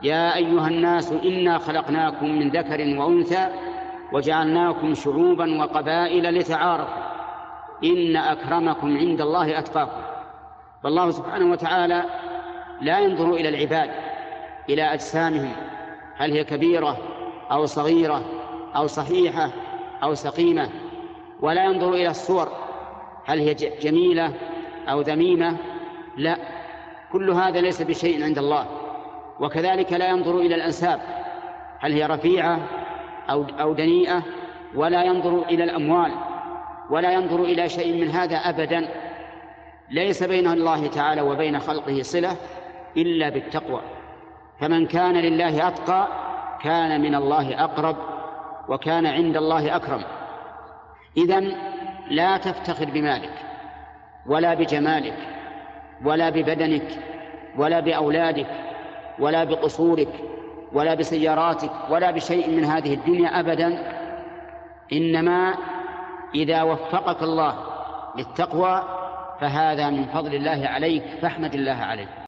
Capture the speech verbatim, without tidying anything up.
يا أيها الناس إنا خلقناكم من ذكر وأنثى وجعلناكم شعوبا وقبائل لتعارفوا إن أكرمكم عند الله أتقاكم. فالله سبحانه وتعالى لا ينظر إلى العباد إلى أجسامهم هل هي كبيرة أو صغيرة أو صحيحة أو سقيمة، ولا ينظر إلى الصور هل هي جميلة أو ذميمة، لا، كل هذا ليس بشيء عند الله. وكذلك لا ينظر إلى الأنساب هل هي رفيعة أو أو دنيئة، ولا ينظر إلى الأموال، ولا ينظر إلى شيء من هذا أبدا. ليس بين الله تعالى وبين خلقه صلة إلا بالتقوى، فمن كان لله أتقى كان من الله أقرب وكان عند الله أكرم. إذن لا تفتخر بمالك ولا بجمالك ولا ببدنك ولا بأولادك ولا بقصورك ولا بسياراتك ولا بشيء من هذه الدنيا أبدا، إنما إذا وفقك الله للتقوى فهذا من فضل الله عليك، فاحمد الله عليه.